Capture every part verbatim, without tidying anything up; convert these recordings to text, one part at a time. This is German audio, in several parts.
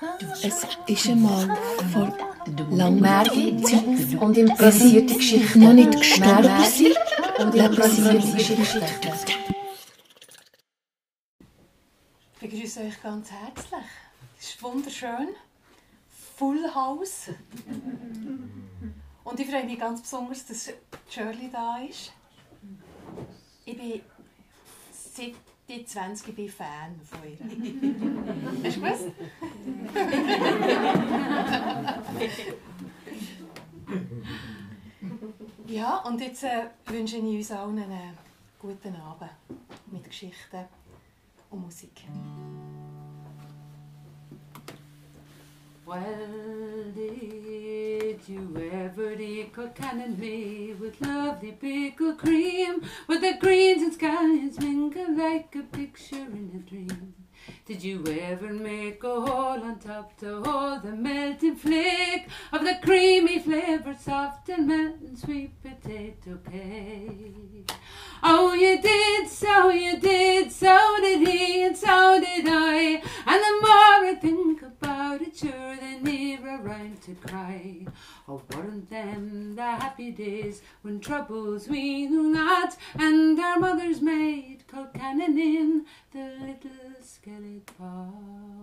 Es ist einmal vor langer Zeit und improvisierte Geschichten. noch nicht gestorben sind und improvisierte Geschichten. Ich begrüße euch ganz herzlich. Es ist wunderschön. Full House. Und ich freue mich ganz besonders, dass Shirley da ist. Ich bin seit ich zwanzig bin Fan von ihr. Hast du gewusst? Ja, und jetzt äh, wünsche ich uns allen einen guten Abend mit Geschichten und Musik. Well, did you ever equal cannon me with lovely pickle cream, with the greens and scallions mingle like a picture in a dream? Did you ever make a hole on top to hold the melting flake of the creamy flavoured soft and melting sweet potato cake? Oh, you did, so you did, so did he, and so did I. And the more I think about it, sure, the nearer I'm to cry. Oh, weren't them the happy days when troubles we knew not, and our mothers made cold cannon in the little skillet pot.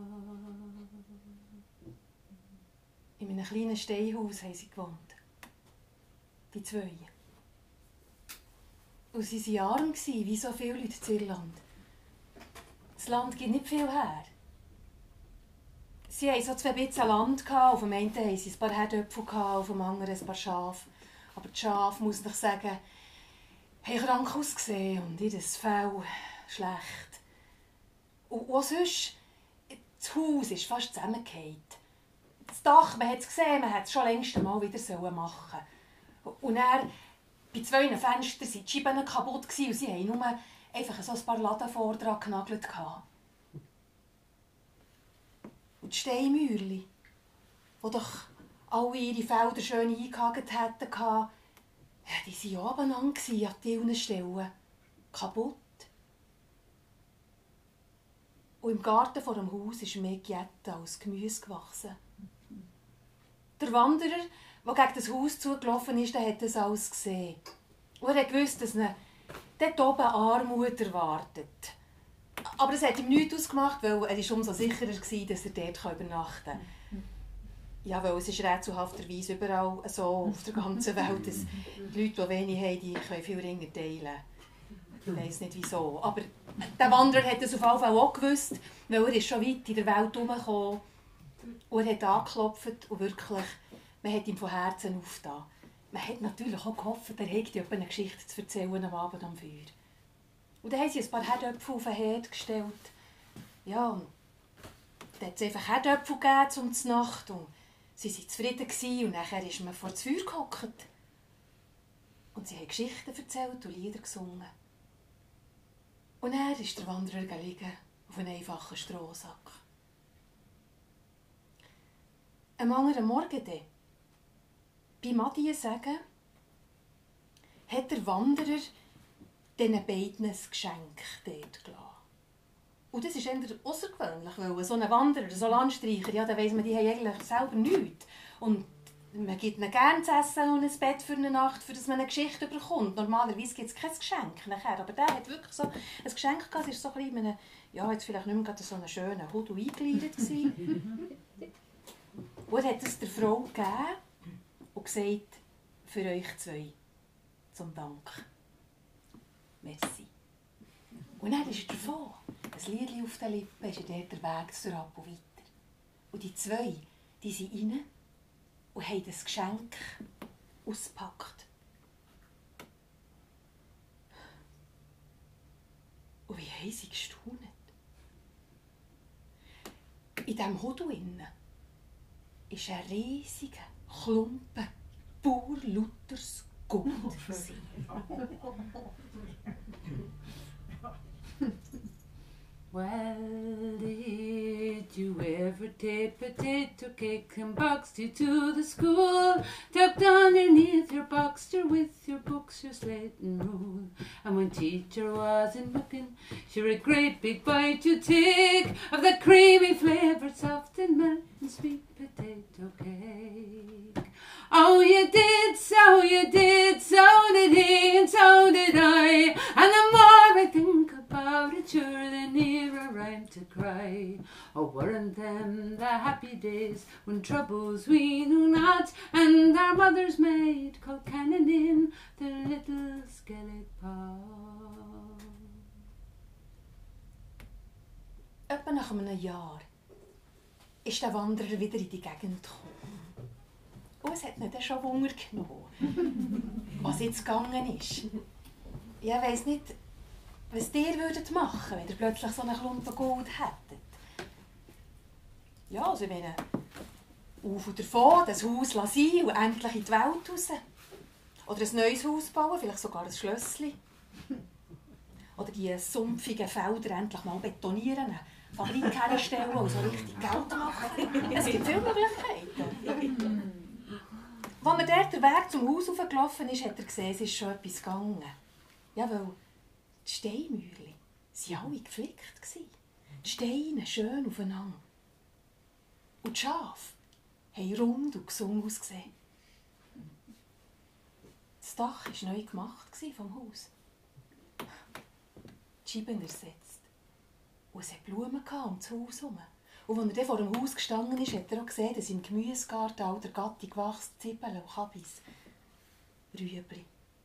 In einem kleinen Steinhaus haben sie gewohnt. Die zwei. Und sie waren arm, wie so viele Leute in Irland. Das Land gibt nicht viel her. Sie hatten so zwei bisschen Land. Auf dem einen hatten sie ein paar Herdöpfel, auf dem anderen ein paar Schafe. Aber die Schafe, muss ich sagen, haben krank ausgesehen und ihr Fell schlecht. Und auch sonst, das Haus ist fast zusammengefallen. Das Dach, man hat es gesehen, man hätte es schon längst einmal wieder machen sollen. Und dann, bei zwei Fenstern waren die Scheiben kaputt und sie hatten nur einfach so ein paar Laden vor dran genagelt. Und die Steinmäuerchen, die doch alle ihre Felder schön eingehakt hätten, ja, die waren abeinander an vielen Stellen. Kaputt. Und im Garten vor dem Haus ist mehr Giette als Gemüse gewachsen. Der Wanderer, der gegen das Haus zugelaufen ist, der hat das alles gesehen. Und er wusste, dass ihn dort oben Armut erwartet. Aber es hat ihm nichts ausgemacht, weil er ist umso sicherer war, dass er dort übernachten kann. Ja, weil es ist rätselhafterweise überall so auf der ganzen Welt, dass die Leute, die wenig haben, die können viel Ringer teilen. Ich weiss nicht wieso. Aber der Wanderer hat es auf jeden Fall auch gewusst, weil er ist schon weit in der Welt herumgekommen. Und er hat angeklopft und wirklich, man hat ihm von Herzen aufgetan. Man hat natürlich auch gehofft, er hätte eine Geschichte zu erzählen am Abend am Feuer. Und dann haben sie ein paar Herdöpfel auf den Herd gestellt. Ja, und dann hat es einfach Herdöpfel gegeben zur Nacht. Und sie waren zufrieden und nachher ist man vor das Feuer gehockt. Und sie haben Geschichten erzählt und Lieder gesungen. Und dann ist der Wanderer liegen auf einem einfachen Strohsack. Am anderen Morgen dann, beim Adieu sagen, hat der Wanderer diesen beiden ein Geschenk dort gelassen. Und das ist eher außergewöhnlich, weil so ein Wanderer, so ein Landstreicher, ja, da weiss man, die haben eigentlich selber nichts. Und man gibt ihnen gerne zu essen und ein Bett für eine Nacht, für das man eine Geschichte bekommt. Normalerweise gibt es kein Geschenk nachher, aber der hat wirklich so ein Geschenk gehabt. Es war so ein bisschen, ja, jetzt vielleicht nicht mehr so einen schönen Hoodoo eingeleitet. Und er hat es der Frau gegeben und gesagt, für euch zwei, zum Dank. Merci. Und dann ist er davon. Ein Liedchen auf den Lippen, ist er dort der Weg zur Apo weiter. Und die zwei, die sind rein und haben das Geschenk ausgepackt. Und wie haben sie gestaunt? In diesem Hoodoo innen war ein riesiger Klumpen pur Luthers Gold. Well, did you ever take potato cake and boxed you to the school, tucked underneath your boxer with your books, your slate and rule? And when teacher wasn't looking, sure a great big bite you take of the creamy flavoured soft and melting and sweet potato cake. Oh, you did, so you did, so did he, and so did I. And the more I think about it, sure, the nearer I'm to cry. Oh, weren't them the happy days when troubles we knew not, and our mother's maid called Cannon in the little skellig pot. Etwa nach einem Jahr ist der Wanderer wieder in die Gegend gekommen. Und es hat ihn dann schon Wunder genommen, was jetzt gegangen ist. Ich weiss nicht, was ihr würdet machen, wenn ihr plötzlich so einen Klumpen Gold hättet. Ja, also ich meine, auf und davon, das Haus lassen und endlich in die Welt raus. Oder ein neues Haus bauen, vielleicht sogar ein Schlösschen. Oder die sumpfigen Felder endlich mal betonieren, eine Fabrik herstellen und so richtig Geld machen. Es gibt viele Möglichkeiten. Als er dort den Weg zum Haus hochgelaufen ist, hat er gesehen, es ist schon etwas gegangen. Ja, weil die Steinmauern waren alle geflickt. Die Steine schön aufeinander. Und die Schafe haben rund und gesund ausgesehen. Das Dach war neu gemacht vom Haus. Die Scheiben ersetzt. Und es hatte Blumen um das Haus herum. Und als er dann vor dem Haus gestanden ist, hat er auch gesehen, dass im Gemüsegarten all der Gattung wächst, Zwiebeln und Kabis, Rüebli.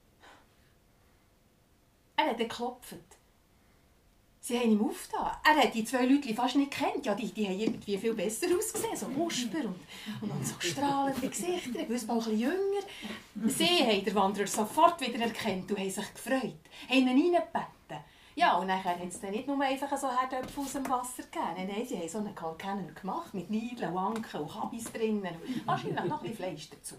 Er hat geklopft. Sie haben ihm aufgetan. Er hat die zwei Leute fast nicht gekannt. Ja, die, die haben irgendwie viel besser ausgesehen, so Musper und, und, und so strahlende Gesichter, gewiss auch ein bisschen jünger. Sie haben den Wanderer sofort wieder erkannt und haben sich gefreut, haben ihn reingebeten. Ja, und nachher hat es dann nicht nur einfach so Herdöpfel aus dem Wasser gegeben. Nein, sie haben so einen Kalkennen gemacht, mit Niedeln, Anken und Kabis drinnen. Und wahrscheinlich noch ein bisschen Fleisch dazu.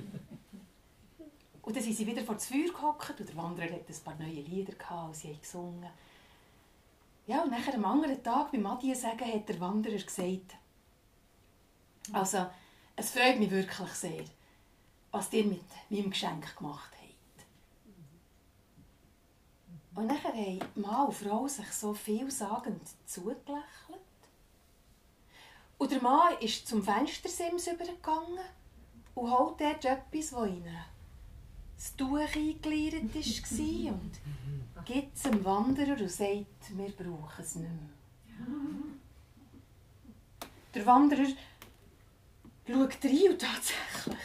Und dann sind sie wieder vor das Feuer gehockt und der Wanderer hatte ein paar neue Lieder gehabt und sie haben gesungen. Ja, und nachher am anderen Tag beim Adieu sagen hat der Wanderer gesagt, also, es freut mich wirklich sehr, was ihr mit meinem Geschenk gemacht habt. Und nachher haben Mann und Frau sich so vielsagend zugelächelt. Und der Mann ist zum Fenstersims übergegangen und holt dort etwas, das in das Tuch eingeleiert war und gibt es dem Wanderer und sagt, wir brauchen es nicht mehr. Der Wanderer schaut rein und tatsächlich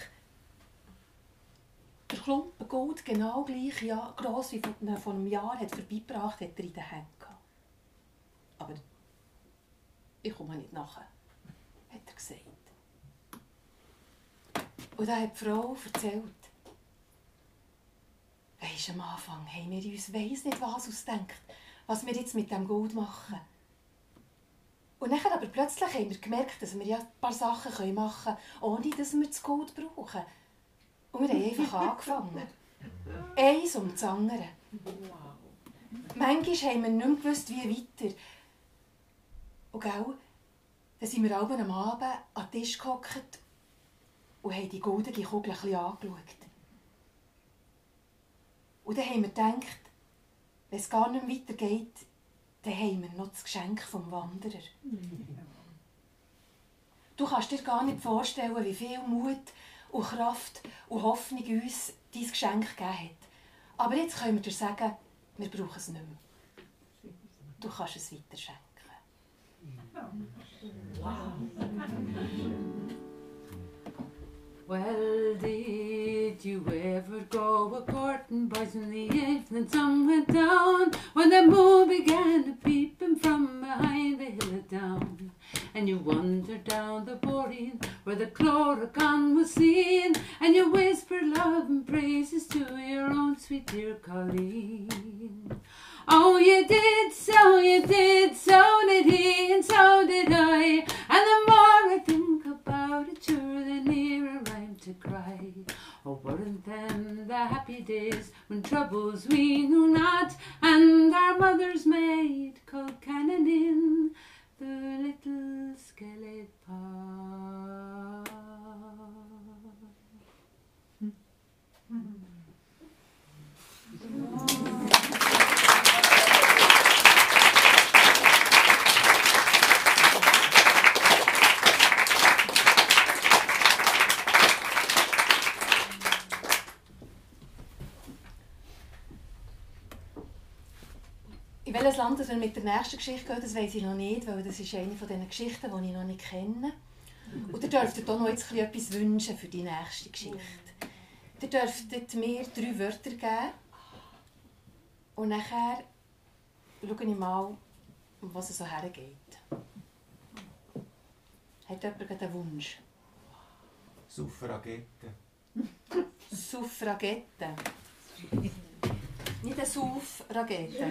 der Klumpen Gold genau gleich ja, gross wie von, von einem Jahr hat vorbeigebracht, hat er in den Händen gehabt. Aber ich komme nicht nachher, hat er gesagt. Und dann hat die Frau erzählt, weisst, am Anfang haben wir uns weiss nicht was ausgedacht, was wir jetzt mit dem Gold machen. Und dann aber plötzlich haben wir gemerkt, dass wir ja ein paar Sachen machen können, ohne dass wir das Gold brauchen. Und wir haben einfach angefangen. Eins um das andere. Manchmal haben wir nicht mehr gewusst, wie weiter. Und gell, dann sind wir abends am Abend an den Tisch gehockt und haben die goldige Kugel ein bisschen angeschaut. Und dann haben wir gedacht, wenn es gar nicht mehr weitergeht, dann haben wir noch das Geschenk vom Wanderer. Du kannst dir gar nicht vorstellen, wie viel Mut und Kraft und Hoffnung uns dein Geschenk gegeben hat. Aber jetzt können wir dir sagen, wir brauchen es nicht mehr. Du kannst es weiter schenken. Wow. Well, did you ever go a-courting boys when the evening sun went down, when the moon began to peeping from behind the hill of down, and you wandered down the boreen where the chlorogon was seen, and you whispered love and praises to your own sweet dear Colleen. Oh, you did, so you did, so did he, and so did I, and the more I think about it, sure the nearer I'm to cry. Oh, weren't them the happy days when troubles we knew not, and our mother's maid called Cannon in the little skellig pot. welches Land wir mit der nächsten Geschichte gehen, das weiss ich noch nicht, weil das ist eine von diesen Geschichten, die ich noch nicht kenne. Und ihr dürftet auch noch jetzt etwas wünschen für die nächste Geschichte. Ihr dürftet mir drei Wörter geben. Und nachher schaue ich mal, um was es so hergeht. Hat jemand einen Wunsch? Suffragette. Suffragette. Nicht eine Suffragette.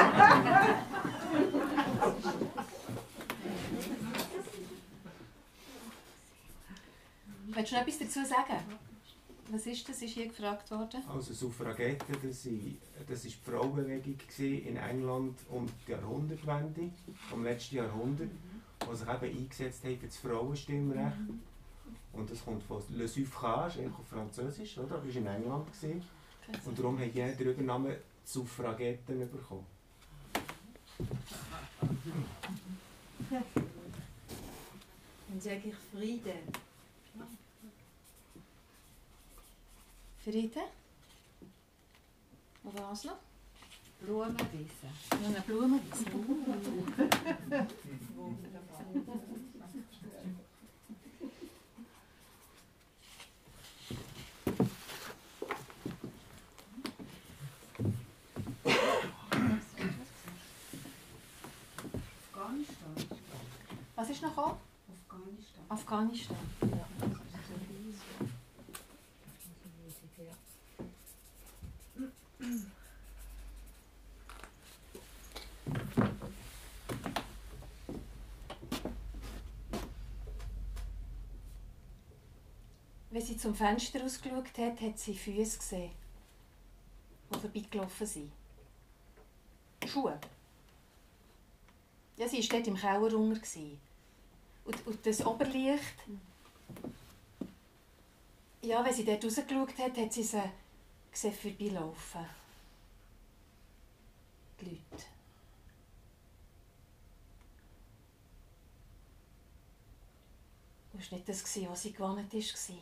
Willst du noch etwas dazu sagen? Was ist das? Ist hier gefragt worden? Also Suffragette, das war das die Frauenbewegung in England um die Jahrhundertwende, vom letzten Jahrhundert, die sich eben eingesetzt haben für das Frauenstimmrecht. Und das kommt von Le Suffrage, eigentlich auf Französisch, oder? Das war in England. Und darum haben die den Übernamen Suffragetten bekommen. Dann sage ich Frieden. Frieden? Und was noch? Blumenwiese. Ja, eine Blumenwiese. Afghanistan. Was ist noch gekommen? Afghanistan. Afghanistan. Wenn sie zum Fenster ausgeschaut hat, hat sie Füße gesehen, die vorbeigelaufen sind. Schuhe. Ja, sie war dort im Keller unter. Und, und das Oberlicht, ja, wenn sie dort rausgeschaut hat, hat sie sie gesehen vorbeilaufen. Die Leute. Das war nicht das, was sie gewohnt war.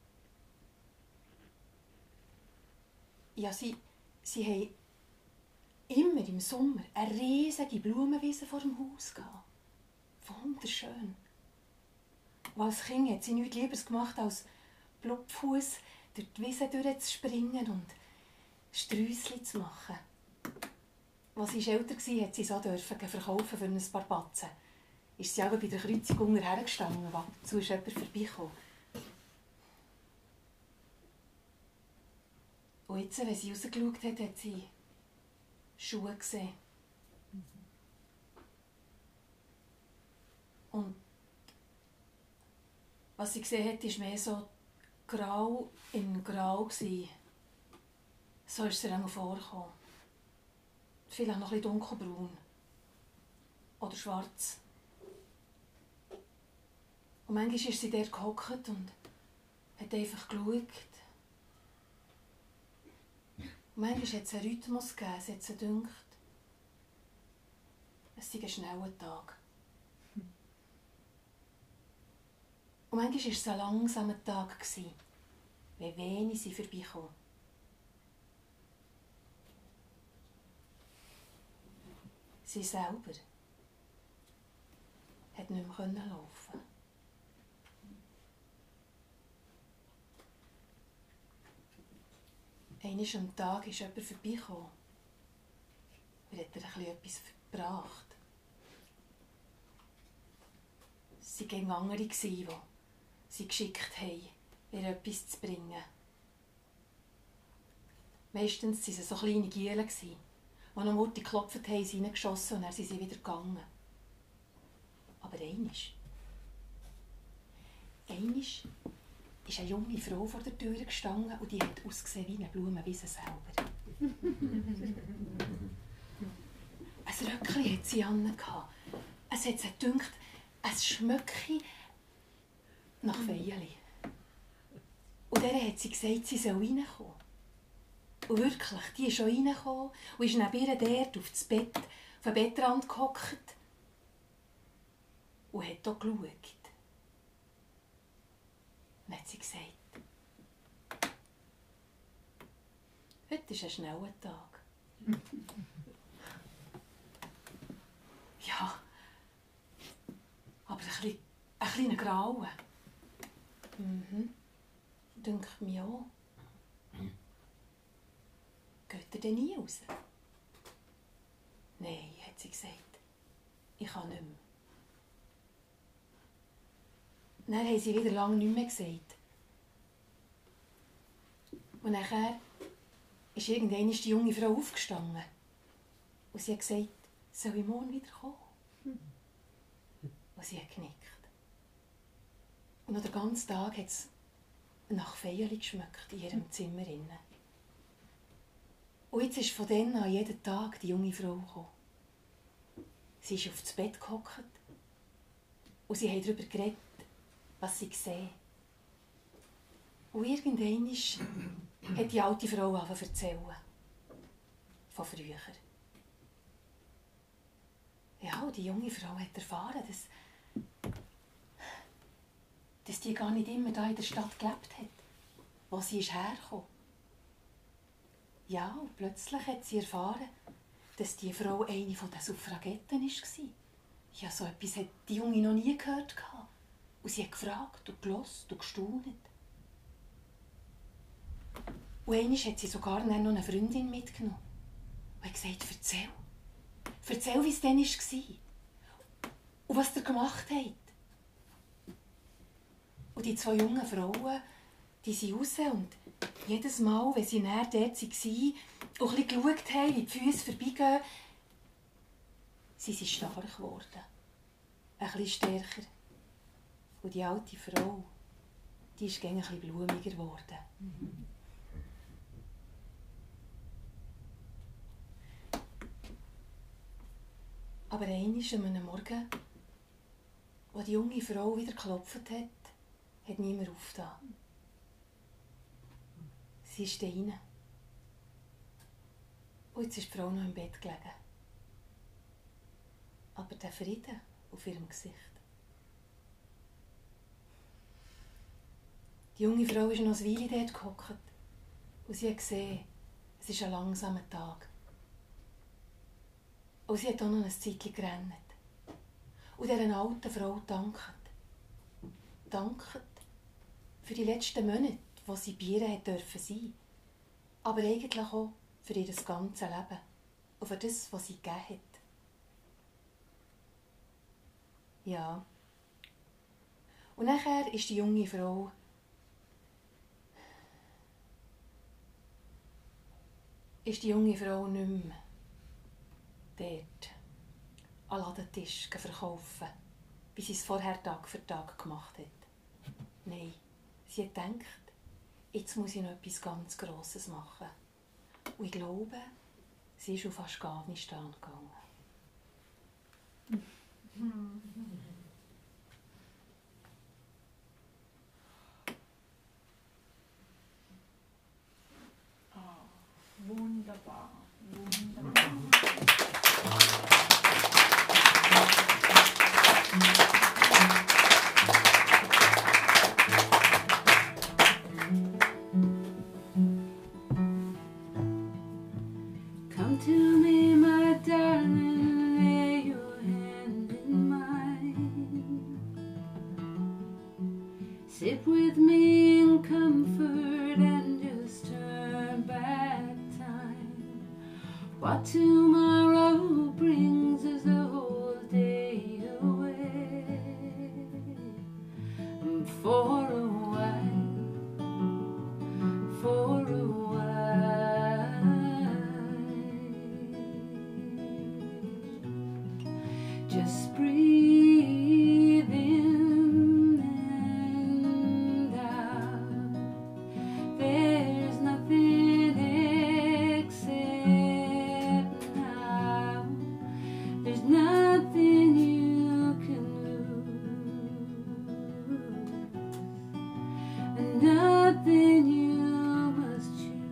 Ja, sie, sie haben immer im Sommer eine riesige Blumenwiese vor dem Haus gehabt. Wunderschön. Und als Kind hat sie nichts Lieberes gemacht, als Blubfuss durch die Wiese durchzuspringen und Sträußchen zu machen. Als sie älter war, hat sie so dürfen verkaufen für ein paar Batzen. Ist sie auch bei der Kreuzung unterher gestanden, wo dazu ist jemand vorbeigekommen. Und jetzt, wenn sie rausgeschaut hat, hat sie Schuhe gesehen. Und was sie gesehen hat, war mehr so grau in grau. So ist es ihr auch vorgekommen. Vielleicht noch ein bisschen dunkelbraun. Oder schwarz. Und manchmal ist sie dort gehockt und hat einfach geschaut. Und manchmal hat es einen Rhythmus gegeben, es hat sie gedacht, es sei ein schneller Tag. Und manchmal war es ein langsamer Tag, wenn wenig sie vorbeikamen. Sie selber hat nicht mehr laufen. Einmal am Tag ist jemand vorbeigekommen und hat ihr etwas gebracht. Es waren andere, die sie geschickt haben, ihr etwas zu bringen. Meistens waren es so kleine Gielen, die am Ort geklopft haben, sie reingeschossen und dann sind sie wieder gegangen. Aber einmal, einmal ist eine junge Frau vor der Tür gestanden und die hat ausgesehen wie eine Blumenwiese selber. Ein Röckchen hat sie an. Es hat sie gedacht, es schmecke nach Veilli. Und der hat sie gesagt, sie soll reinkommen. Und wirklich, die ist schon reingekommen und ist neben ihr dort auf das Bett, auf den Bettrand gehockt und hat hier geschaut. Dann hat sie gesagt, heute ist ein schneller Tag. Ein kleiner Grauen. Mhm. Denkt mir auch. Geht er denn nie raus? Nein, hat sie gesagt. Ich kann nicht mehr. Dann haben sie wieder lange nichts mehr gesagt. Und nachher ist irgendwann die junge Frau aufgestanden. Und sie hat gesagt, soll ich morgen wieder kommen? Und sie hat genickt. Und noch den ganzen Tag hat es nach Feierli geschmeckt in ihrem Zimmer. Und jetzt ist von dann an jeden Tag die junge Frau gekommen. Sie ist auf das Bett gehockt und sie haben darüber geredet, was sie sehen. Und irgendwann hat die alte Frau angefangen zu erzählen. Von früher. Ja, und die junge Frau hat erfahren, dass, dass die gar nicht immer da in der Stadt gelebt hat, wo sie ist hergekommen. Ja, und plötzlich hat sie erfahren, dass die Frau eine der Suffragetten war. Ja, so etwas hat die Junge noch nie gehört. Und sie hat gefragt und gehört und gestaunt. Und einmal hat sie sogar noch eine Freundin mitgenommen und hat gesagt, erzähl. Erzähl, wie es dann war. Und was ihr gemacht habt. Und die zwei jungen Frauen, die sind raus und jedes Mal, wenn sie näher dort waren und ein bisschen geschaut haben, wie die Füße vorbeigehen, sie sind stark geworden. Ein bisschen stärker. Und die alte Frau, die ist ein bisschen blumiger geworden. Mhm. Aber einmal an einem Morgen, als die junge Frau wieder geklopft hat, hat niemand aufgetan. Sie ist da rein. Und jetzt ist die Frau noch im Bett gelegen. Aber der Frieden auf ihrem Gesicht. Die junge Frau ist noch eine Weile dort gehockt. Und sie hat gesehen, es ist ein langsamer Tag. Und sie hat auch noch ein Zeitchen gerannt. Und dieser alten Frau dankt. Dankt für die letzten Monate, wo sie bei ihr sein durfte. Aber eigentlich auch für ihr ganzes Leben. Und für das, was sie gegeben hat. Ja. Und nachher ist die junge Frau ist die junge Frau nicht mehr dort an Ladentisch verkaufen, wie sie es vorher Tag für Tag gemacht hat. Nein, sie hat gedacht, jetzt muss ich noch etwas ganz Grosses machen. Und ich glaube, sie ist auf Afghanistan gegangen. Oh, wunderbar, wunderbar. Come to me, my darling, lay your hand in mine. Sit with me in comfort and just turn back time. What tomorrow brings is the whole day away. And for a while, for a while, just breathe in and out. There's nothing except now. There's nothing you can lose, and nothing you must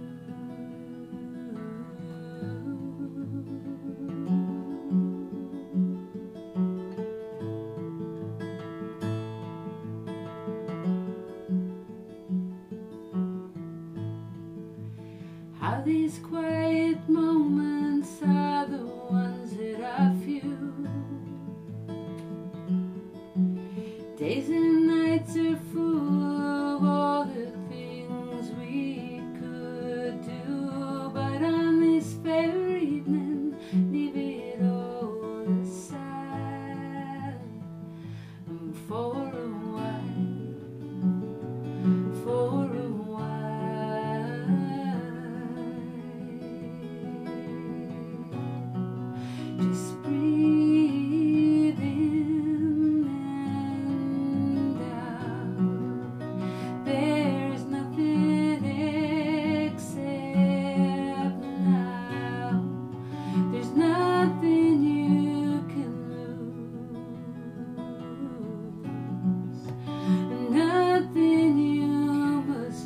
How these quiet moments are the ones that I feel. Days Days and nights are full of all the things we could do, but on this fair evening, leave it all aside. And for a while, for a while, just breathe in and out. There's nothing except now. There's nothing you can lose, nothing you must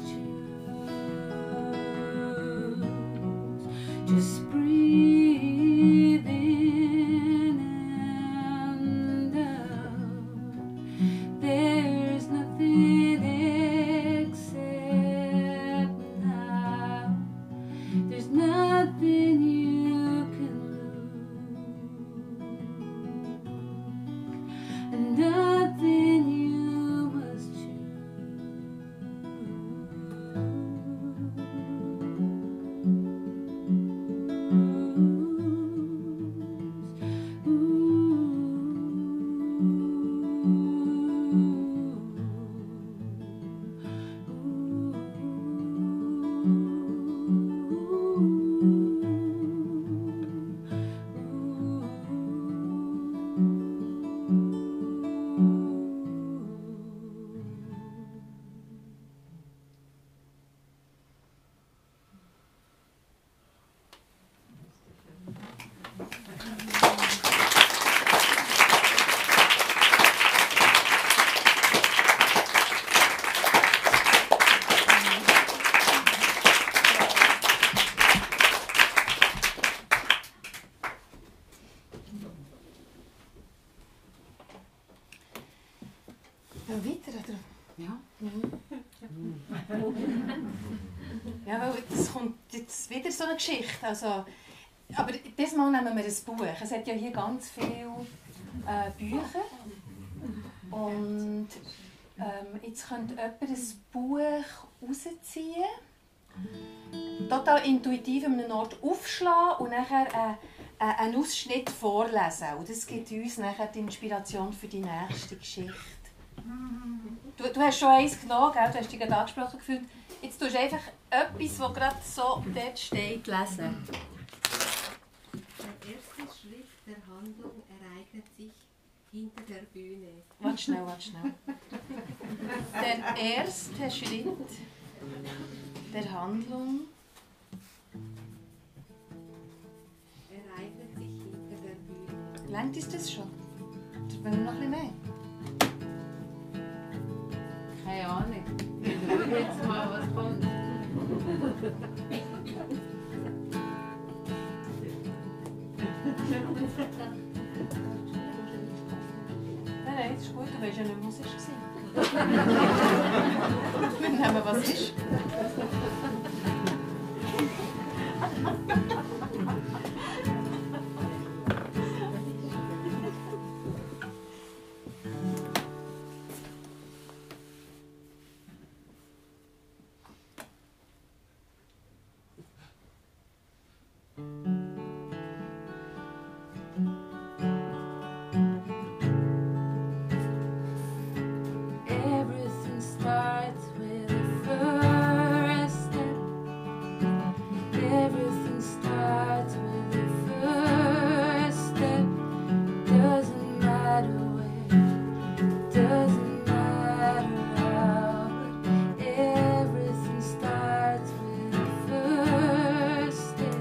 choose. Just breathe in and out. There's nothing except now. There's nothing you can lose, and nothing you must Ja, weiter, oder? Ja. Ja, weil es kommt jetzt wieder so eine Geschichte. Also, aber diesmal nehmen wir ein Buch. Es hat ja hier ganz viele äh, Bücher. Und ähm, jetzt könnte jemand ein Buch rausziehen, total intuitiv an einem Ort aufschlagen und nachher äh, äh, einen Ausschnitt vorlesen. Und das gibt uns nachher die Inspiration für die nächste Geschichte. Du, du hast schon eins genommen, gell? Du hast dich gerade angesprochen gefühlt. Jetzt tust du einfach etwas, das gerade so dort steht, lesen. Der erste Schritt der Handlung ereignet sich hinter der Bühne. Warte schnell, warte schnell. Der erste Schritt der Handlung Ereignet sich hinter der Bühne. Längt ist das schon? Oder wollen wir noch ein bisschen mehr? Keine Ahnung. Wir schauen jetzt mal, was kommt. Nein, nein, das ist gut, du weißt ja nicht, was es war. Wir nehmen, was ist. Everything starts with the first step. Everything starts with the first step. Doesn't matter where, doesn't matter how, but everything starts with the first step.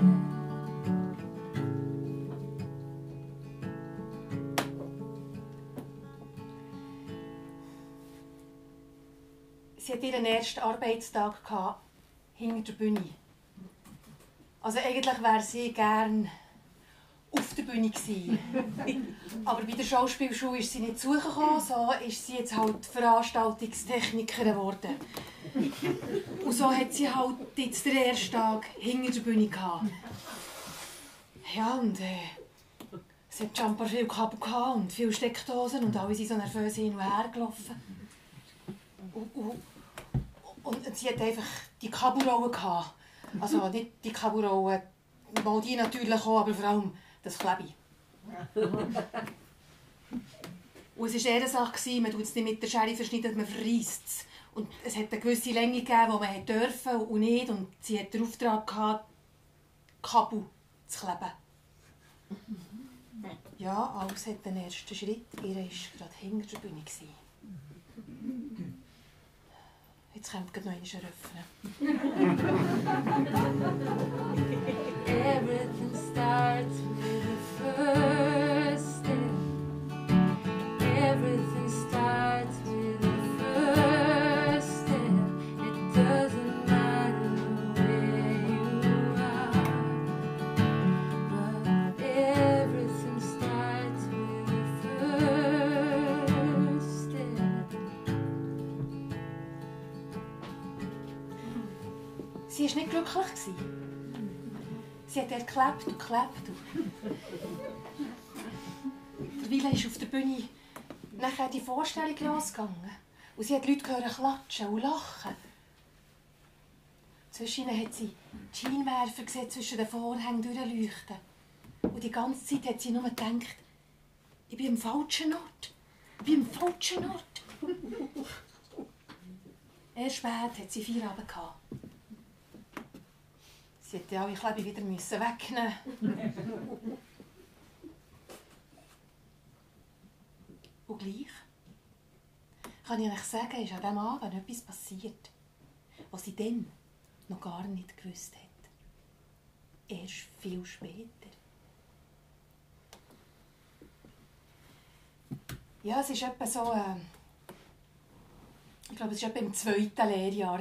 Sie hatte ihren ersten Arbeitstag gehabt, hinter der Bühne. Also eigentlich wäre sie gerne auf der Bühne gewesen. Aber bei der Schauspielschule ist sie nicht zu suchen gekommen, so ist sie jetzt halt Veranstaltungstechnikerin geworden. Und so hat sie halt jetzt den ersten Tag hinter der Bühne gehabt. Ja, und äh, es hat schon ein paar viele Kabel gehabt und viele Steckdosen und alle sind so nervös hin und her gelaufen. Und, und, und sie hat einfach die Kabelrolle gehabt. Also nicht die Kabelrolle, mal die natürlich auch, aber vor allem das Klebe. Und es war eher eine Sache, man tut es nicht mit der Schere verschneiden, man verreisst es. Und es hat eine gewisse Länge gegeben, die man durfte und nicht. Und sie hatte den Auftrag gehabt, Kabel zu kleben. Ja, alles hat den ersten Schritt. Ihr war gerade hinter der Bühne. Jetzt kommt gerade noch einmal ein Refrain. Everything starts with the first step. Everything starts with the first step. It doesn't matter where you are, but everything starts with the first step. Sie war nicht glücklich. Sie hat dort geklebt und geklebt. Derweil ist auf der Bühne nachher die Vorstellung losgegangen. Und sie hat Leute hören klatschen und lachen. Zwischen ihnen hat sie die Scheinwerfer gesehen, zwischen den Vorhängen durchleuchten. Und die ganze Zeit hat sie nur gedacht, ich bin am falschen Ort. Ich bin am falschen Ort. Erst spät hat sie Feierabend gehabt. Sie hätte alle Klebe wieder wegnehmen müssen. Und gleich kann ich euch sagen, ist an diesem Abend etwas passiert, was sie dann noch gar nicht gewusst hat. Erst viel später. Ja, es ist etwa so, äh, ich glaube, es war etwa im zweiten Lehrjahr.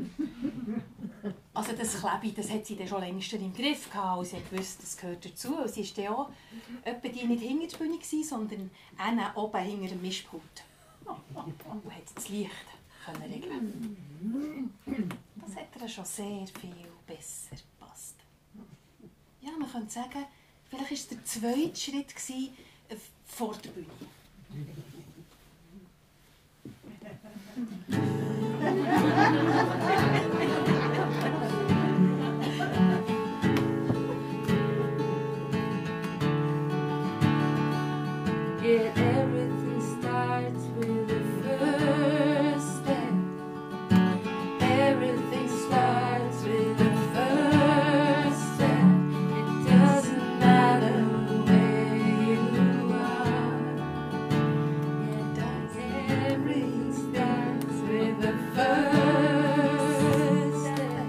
Also das Klebe, das hat sie dann schon längst im Griff gehabt und sie hat gewusst, das gehört dazu. Und sie war dann auch etwa die nicht hinter der Bühne, sondern eine oben hinter dem Mischpult. Und hat das Licht können regeln. Das hat ihr schon sehr viel besser gepasst. Ja, man könnte sagen, vielleicht war es der zweite Schritt äh, vor der Bühne. Yeah, everything starts with the first step. Everything starts with the first step. It doesn't matter where you are. Yeah, does everything starts with the first step.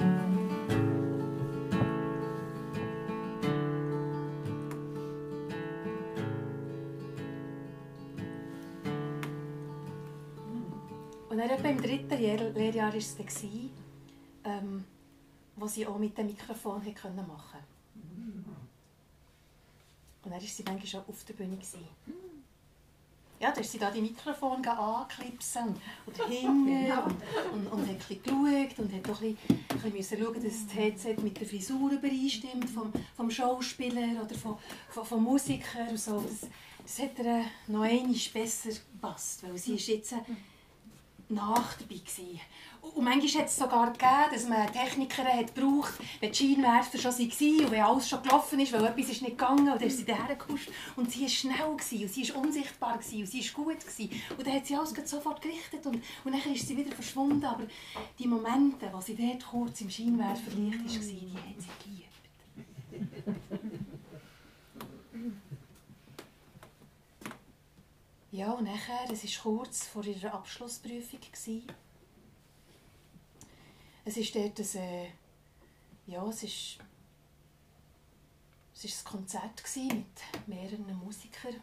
Und dann etwa im dritten Lehr Lehrjahr war es, dann, ähm, wo sie auch mit dem Mikrofon machen konnte. Und dann war sie manchmal schon auf der Bühne. Ja, da ist sie da die Mikrofone anklipsen und hingen und, und, und hat ein bisschen geschaut und hat auch ein bisschen, ein bisschen schauen, dass das Headset mit der Frisur übereinstimmt vom, vom Schauspieler oder vom, vom, vom Musiker. Und so. Das, das hat ihr noch einmal besser gepasst, weil sie ist jetzt nach dabei war. Und manchmal hat es sogar gegeben, dass man Techniker hat gebraucht, wenn die Scheinwerfer schon waren und wenn alles schon gelaufen ist, weil etwas ist nicht gegangen, und dann ist sie daher gehuscht und sie war schnell und sie war unsichtbar und sie war gut. Und dann hat sie alles sofort gerichtet und, und dann ist sie wieder verschwunden. Aber die Momente, wo sie dort kurz im Scheinwerferlicht war, die hat sie geliebt. Ja, und nachher, es war kurz vor ihrer Abschlussprüfung. Es war dort ein, äh, ja, es ist, es ist ein Konzert mit mehreren Musikern.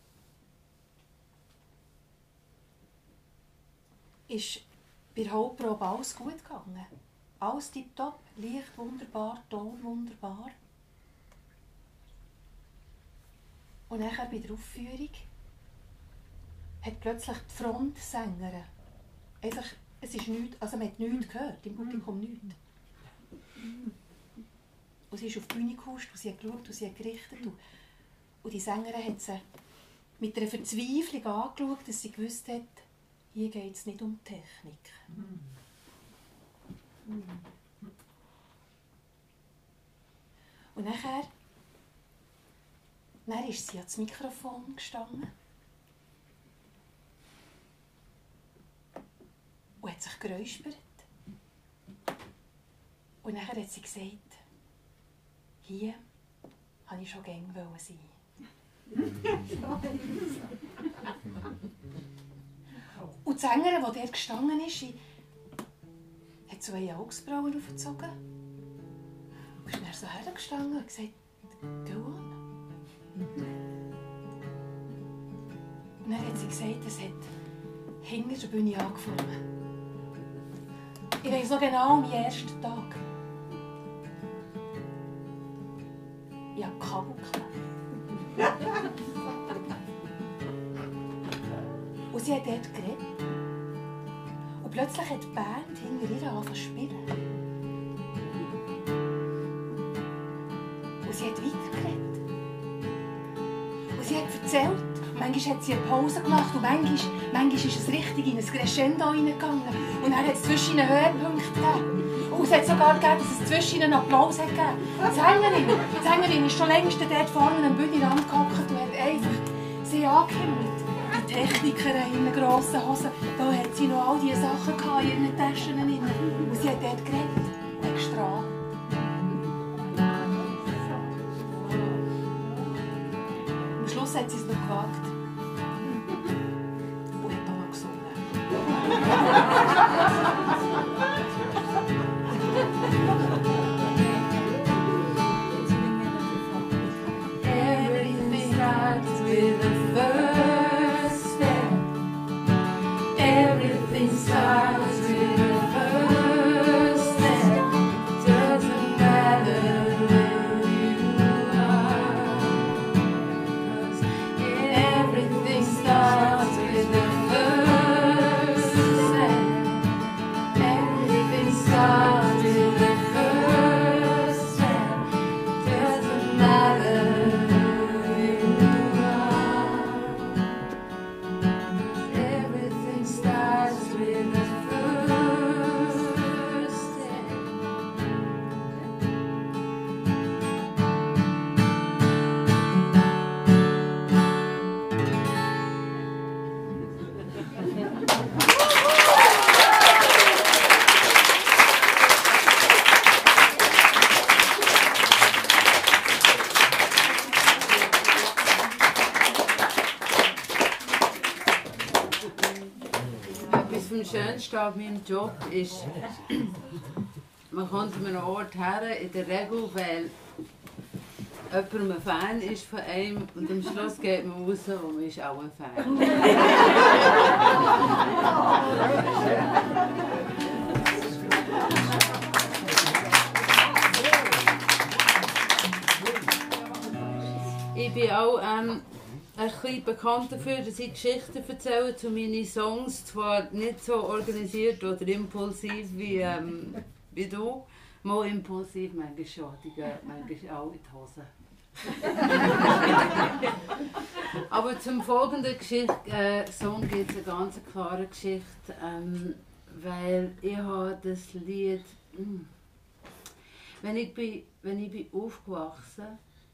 Ist bei der Hauptprobe alles gut gegangen. Alles tipptopp, Licht wunderbar, Ton wunderbar. Und nachher bei der Aufführung hat plötzlich die Frontsängerin einfach, es ist nichts, also man hat nichts gehört, im Publikum nichts. Und sie ist auf die Bühne gehuscht und sie hat geschaut und sie hat gerichtet. Und, und die Sängerin hat sie mit einer Verzweiflung angeschaut, dass sie gewusst hat, Hier geht es nicht um Technik. Und nachher, dann ist sie ans Mikrofon gestanden und hat sich geräuspert. Und nachher hat sie gesagt, hier wollte ich schon gerne sein. Und die Sängerin, die dort gestanden ist, hat zwei Augenbrauen aufgezogen. Und ist dann so hergestanden und gesagt, go on. Und dann hat sie gesagt, es hat hinter der Bühne angefangen. Ich weiss noch genau am ersten Tag. Ich habe Kabel geklebt. Und sie hat dort geredet. Und plötzlich hat die Band hinter ihr angefangen zu spielen. Und sie hat weitergeredet. Und sie hat erzählt. Manchmal hat sie eine Pause gemacht und manchmal, manchmal ist es richtig in ein Crescendo hineingegangen. Und dann hat es zwischen ihnen Höhepunkte gegeben. Und es hat sogar gegeben, dass es zwischen ihnen einen Applaus hat gegeben. Die Sängerin, die Sängerin ist schon längst dort vorne am Bühnenrand gehockt und hat einfach sie angehimmelt. Die Technikerin in den grossen Hosen, da hat sie noch all diese Sachen in ihren Taschen drin. Und sie hat dort geredet und gestrahlt. Am Schluss hat sie es noch gewagt. Und hat auch noch gesungen. Everything starts with a first step. Everything starts with a first step. Doesn't matter where you are. 'Cause everything starts with the first step. Everything starts with the first step. Doesn't matter where you are. Everything starts with the first step. Etwas vom Schönsten an meinem Job ist, man kommt an einen Ort her, in der Regel, weil jemand ein Fan ist von einem und am Schluss geht man raus und man ist auch ein Fan. Ich bin auch ähm, ein bisschen bekannt dafür, dass ich Geschichten erzähle zu meinen Songs, zwar nicht so organisiert oder impulsiv wie, ähm, wie du, mal impulsiv, manchmal schon, die gehen manchmal auch in die Hose. Aber zum folgenden Geschichte, äh, Song gibt es eine ganz klare Geschichte, ähm, weil ich habe das Lied, mh, wenn ich bin, wenn ich bin aufgewachsen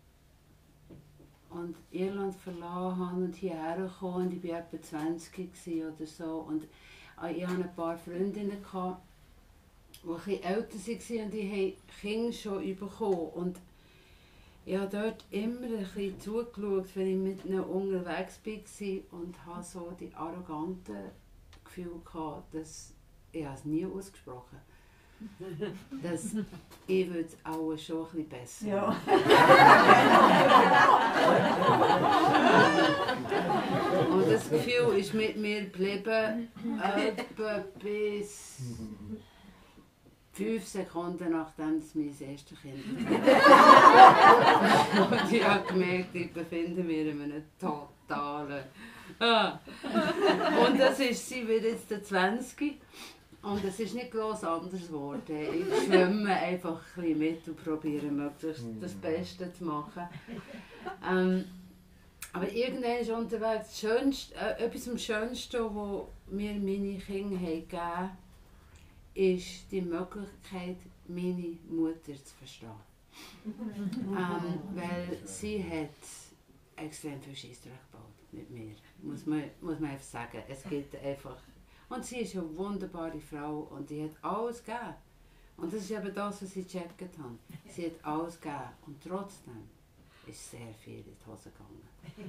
und Irland verlassen habe und hierher kam und ich war etwa zwanzig oder so und ich hatte ein paar Freundinnen, die ein bisschen älter waren und die haben Kinder schon bekommen. Und ich habe dort immer ein bisschen zugeschaut, wenn ich mit ihnen unterwegs war und hatte so die arroganten Gefühl gehabt, dass ich es nie ausgesprochen habe. Dass ich würde es auch schon ein bisschen besser. Ja. Und das Gefühl ist mit mir geblieben, etwa bis fünf Sekunden nachdem es mein erstes Kind war. Und ich habe gemerkt, ich befinde mich in einem totalen... Ah. Und das ist sie wieder jetzt der zwanzig. Und es ist nicht gross anders geworden. Ich schwimme einfach ein bisschen mit und probiere möglichst das Beste zu machen. Ähm, Aber irgendwann ist unterwegs das Schönste, äh, etwas am Schönsten, was mir meine Kinder gegeben haben, ist die Möglichkeit, meine Mutter zu verstehen. ähm, weil sie hat extrem viel Scheissdreck gebaut mit mir, muss man, muss man einfach sagen. Es gibt einfach... Und sie ist eine wunderbare Frau und die hat alles gegeben. Und das ist eben das, was ich gecheckt habe. Sie hat alles gegeben und trotzdem ist sehr viel in die Hose gegangen.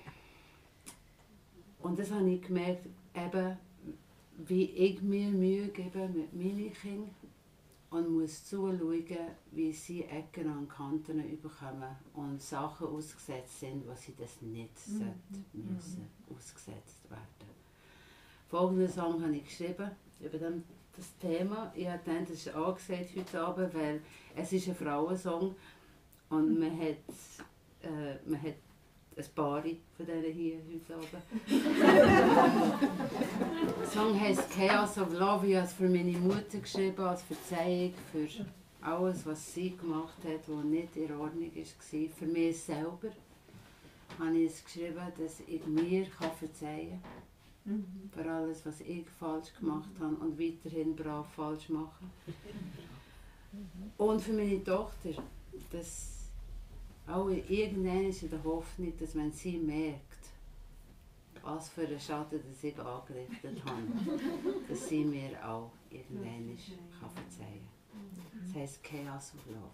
Und das habe ich gemerkt, eben, wie ich mir Mühe gebe mit meinen Kindern und muss zuschauen, wie sie Ecken und Kanten bekommen und Sachen ausgesetzt sind, was sie das nicht mhm. sollten müssen, ausgesetzt werden. Folgenden Song habe ich geschrieben über das Thema. Ich habe gedacht, das ist angesagt heute Abend, weil es ist ein Frauensong und man hat, äh, man hat ein paar von denen hier heute Abend. Der Song heisst Chaos of Love. Ich habe es für meine Mutter geschrieben, als Verzeihung für alles, was sie gemacht hat, was nicht in Ordnung war. Für mich selber habe ich es geschrieben, dass ich mir verzeihen kann. Mhm. Für alles, was ich falsch gemacht habe und weiterhin brav falsch mache. Und für meine Tochter, dass auch irgendwann ist in der Hoffnung, dass wenn sie merkt, was für einen Schaden das ich angerichtet habe, dass sie mir auch irgendwann kann verzeihen kann. Das heisst Chaos of Love.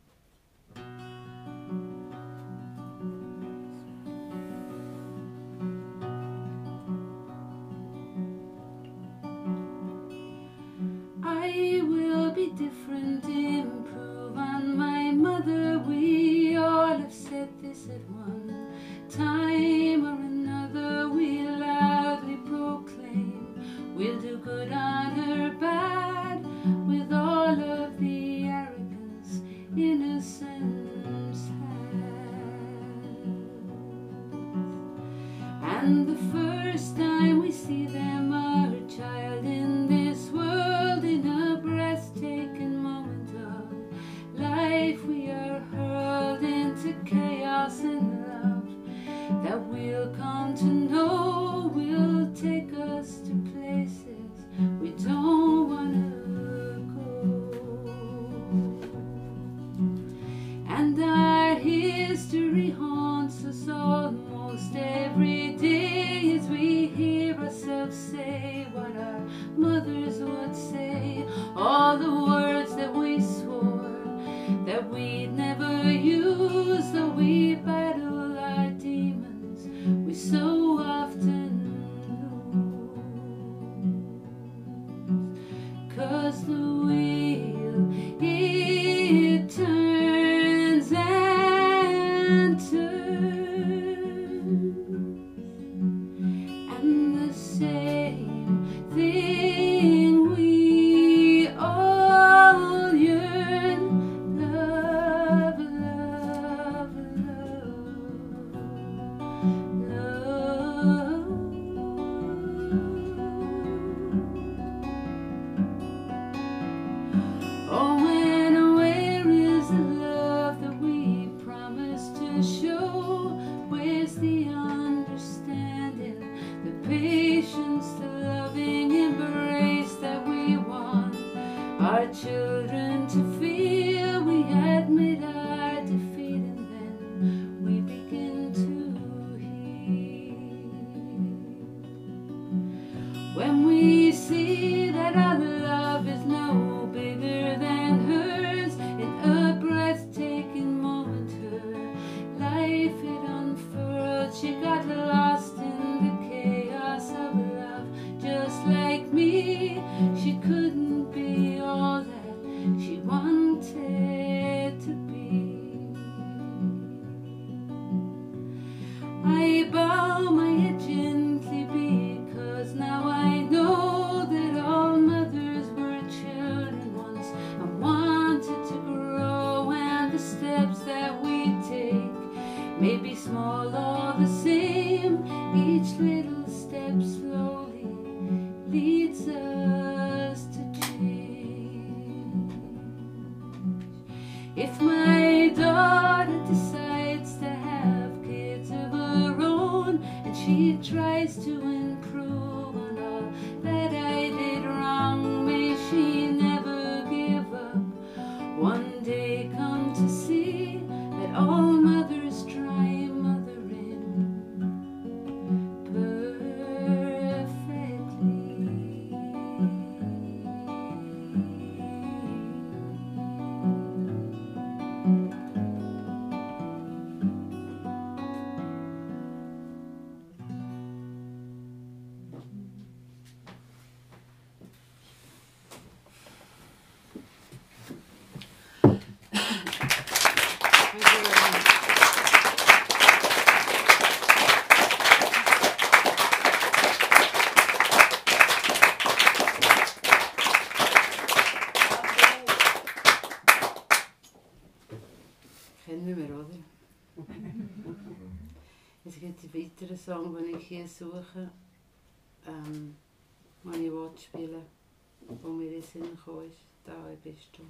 I will be different, improve on my mother. We all have said this at one time or another. We loudly proclaim we'll do good on her bad, with all of the arrogance innocence has. And the first time we see them, our child in this world, in a breathtaking moment of life, we are hurled into chaos and love that we'll come to know will take us to places we don't want to go. And our history haunts us almost every day as we hear ourselves say what our mothers would say, all the words that we swore that we'd never use, though we battle our demons we so often lose. 'Cause the wheel, it turns and turns, and the same thing we all yearn, love, love, love, love. Oh, and where is the love that we promised to show? Where's the understanding, the patience, the loving embrace that we want our children to feel? We admit our defeat and then we begin to heal. When we see that our love is no bigger than hers, in a breathtaking moment her life it unfurled. She got lost in the chaos of love, just like me. She couldn't be all that Es gibt einen weiteren Song, den ich hier suche, ähm, den ich will spielen will, der mir in den Sinn gekommen ist. Da bist du.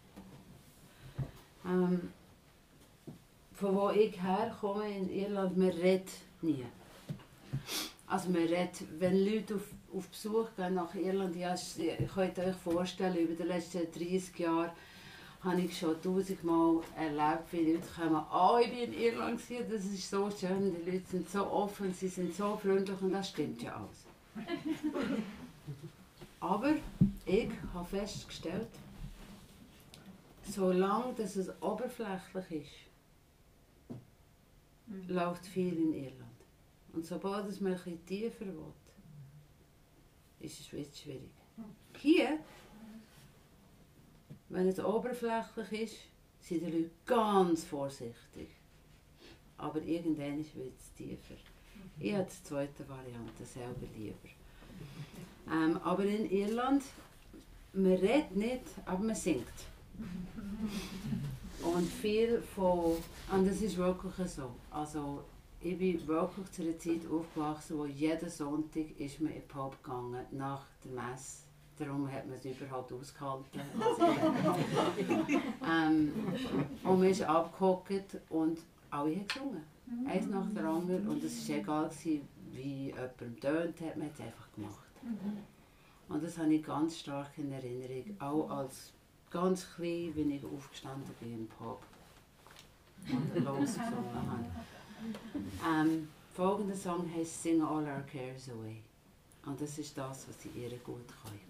Ähm, von wo ich herkomme in Irland, man redet nie. Also man redet, wenn Leute auf, auf Besuch gehen nach Irland, ja, ihr könnt euch vorstellen, über die letzten dreißig Jahre habe ich schon tausendmal erlebt, wie Leute kommen, oh, ich bin in Irland, das ist so schön, die Leute sind so offen, sie sind so freundlich und das stimmt ja alles. Aber ich habe festgestellt, solange dass es oberflächlich ist, mhm. läuft viel in Irland. Und sobald es man ein bisschen tiefer will, ist es wieder schwierig. Hier, wenn es oberflächlich ist, sind die Leute ganz vorsichtig. Aber irgendwann wird es tiefer. Ich habe die zweite Variante selber lieber. Ähm, aber in Irland, man redet nicht, aber man singt. Und viel von, und das ist wirklich so. Also, ich bin wirklich zu einer Zeit aufgewachsen, wo jeden Sonntag ist man in den Pub gegangen, nach der Messe. Darum hat man es überhaupt ausgehalten. ähm, und man ist abgehockt und alle haben gesungen. Eins nach der anderen. Und es war egal, wie jemand tönt hat, man hat es einfach gemacht. Und das habe ich ganz stark in Erinnerung. Auch als ganz klein, wenn ich aufgestanden bin im Pub und losgesungen habe. Ähm, folgender Song heisst Sing All Our Cares Away. Und das ist das, was ich ihr gut kann.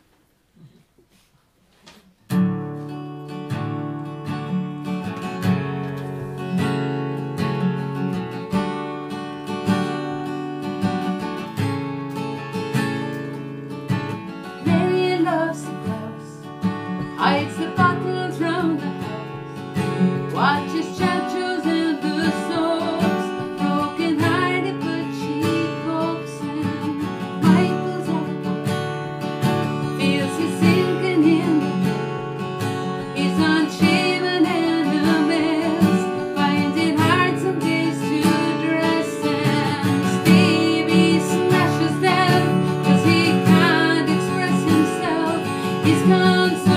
Hides the bottles round the house, watches churches and the souls, broken hearted but she copes and Michael's out, feels he's sinking in the dark, he's unshaven and a mess, finding hard some days to dress and Stevie smashes them, cause he can't express himself, he's consumed.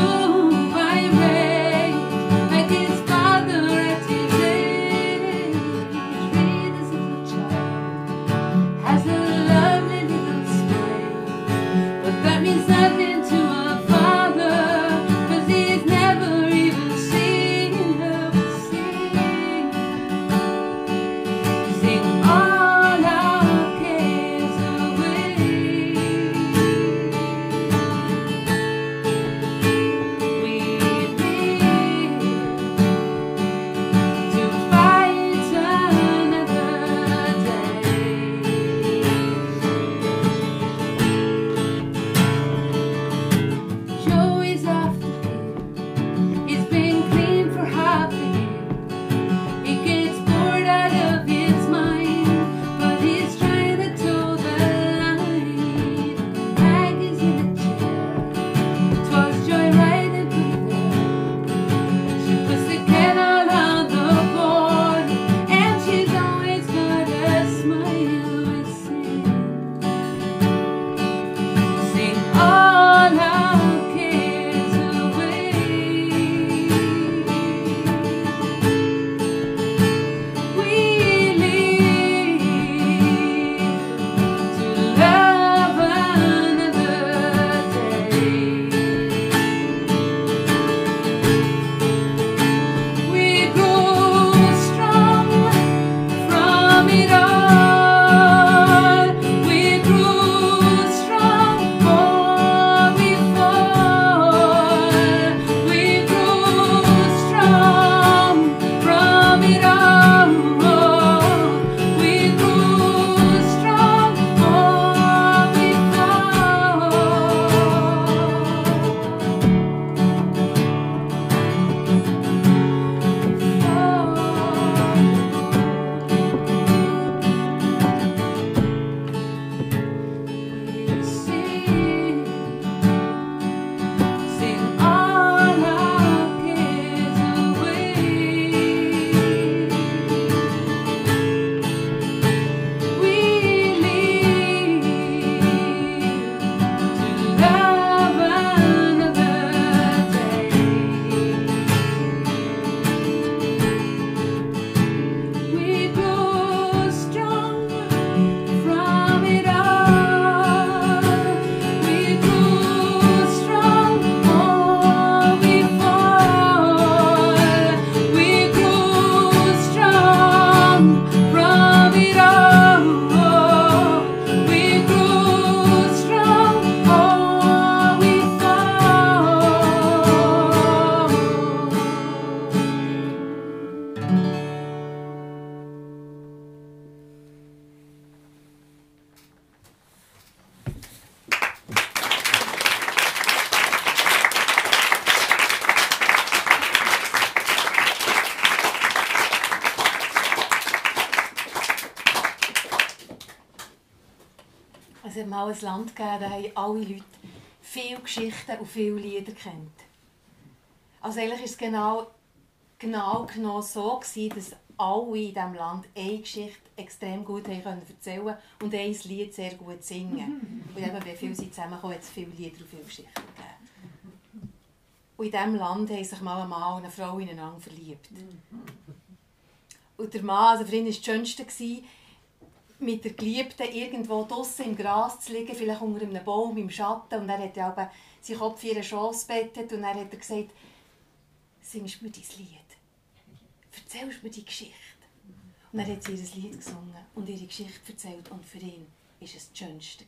mal ein Land gegeben, da haben alle Leute viele Geschichten und viele Lieder kennt. Also eigentlich war es genau, genau genommen so gewesen, dass alle in diesem Land eine Geschichte extrem gut haben können erzählen und ein Lied sehr gut singen. Und eben, wenn viele sind zusammengekommen, hat es viele Lieder und viele Geschichten gegeben. Und in diesem Land haben sich mal ein Mann und eine Frau ineinander verliebt. Und der Mann, also für ihn war das Schönste, mit der Geliebten irgendwo draussen im Gras zu liegen, vielleicht unter einem Baum im Schatten. Und er hat ja seinen Kopf in ihren Schoss gebettet und dann hat er gesagt, singst mir dein Lied? Erzählst mir die Geschichte? Und dann hat sie ihr Lied gesungen und ihre Geschichte erzählt. Und für ihn war es das Schönste.